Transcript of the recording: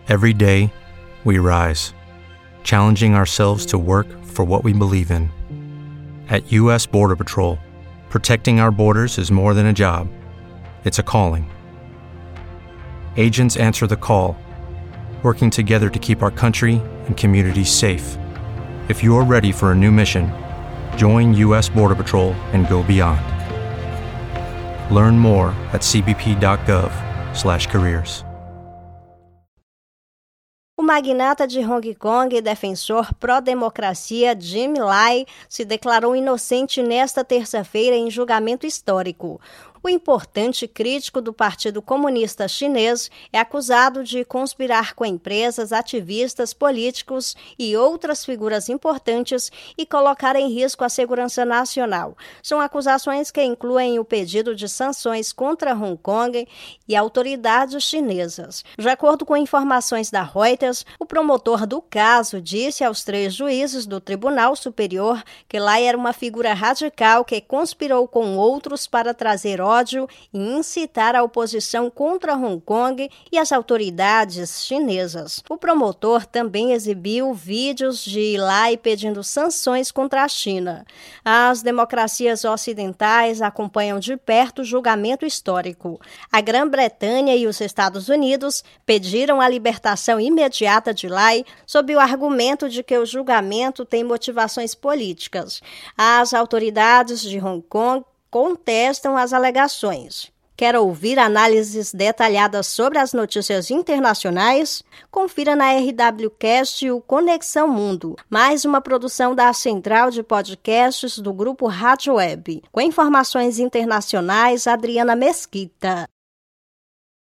Every day, we rise, challenging ourselves to work for what we believe in. At U.S. Border Patrol, protecting our borders is more than a job. It's a calling. Agents answer the call, working together to keep our country and communities safe. If you are ready for a new mission, join U.S. Border Patrol and go beyond. Learn more at cbp.gov/careers. O magnata de Hong Kong e defensor pró-democracia Jim Lai se declarou inocente nesta terça-feira em julgamento histórico. O importante crítico do Partido Comunista Chinês é acusado de conspirar com empresas, ativistas, políticos e outras figuras importantes e colocar em risco a segurança nacional. São acusações que incluem o pedido de sanções contra Hong Kong e autoridades chinesas. De acordo com informações da Reuters, o promotor do caso disse aos 3 juízes do Tribunal Superior que Lai era uma figura radical que conspirou com outros para trazer ódio e incitar a oposição contra Hong Kong e as autoridades chinesas. O promotor também exibiu vídeos de Lai pedindo sanções contra a China. As democracias ocidentais acompanham de perto o julgamento histórico. A Grã-Bretanha e os Estados Unidos pediram a libertação imediata de Lai sob o argumento de que o julgamento tem motivações políticas. As autoridades de Hong Kong contestam as alegações. Quer ouvir análises detalhadas sobre as notícias internacionais? Confira na RWCast o Conexão Mundo, mais uma produção da Central de Podcasts do Grupo Rádio Web. Com informações internacionais, Adriana Mesquita.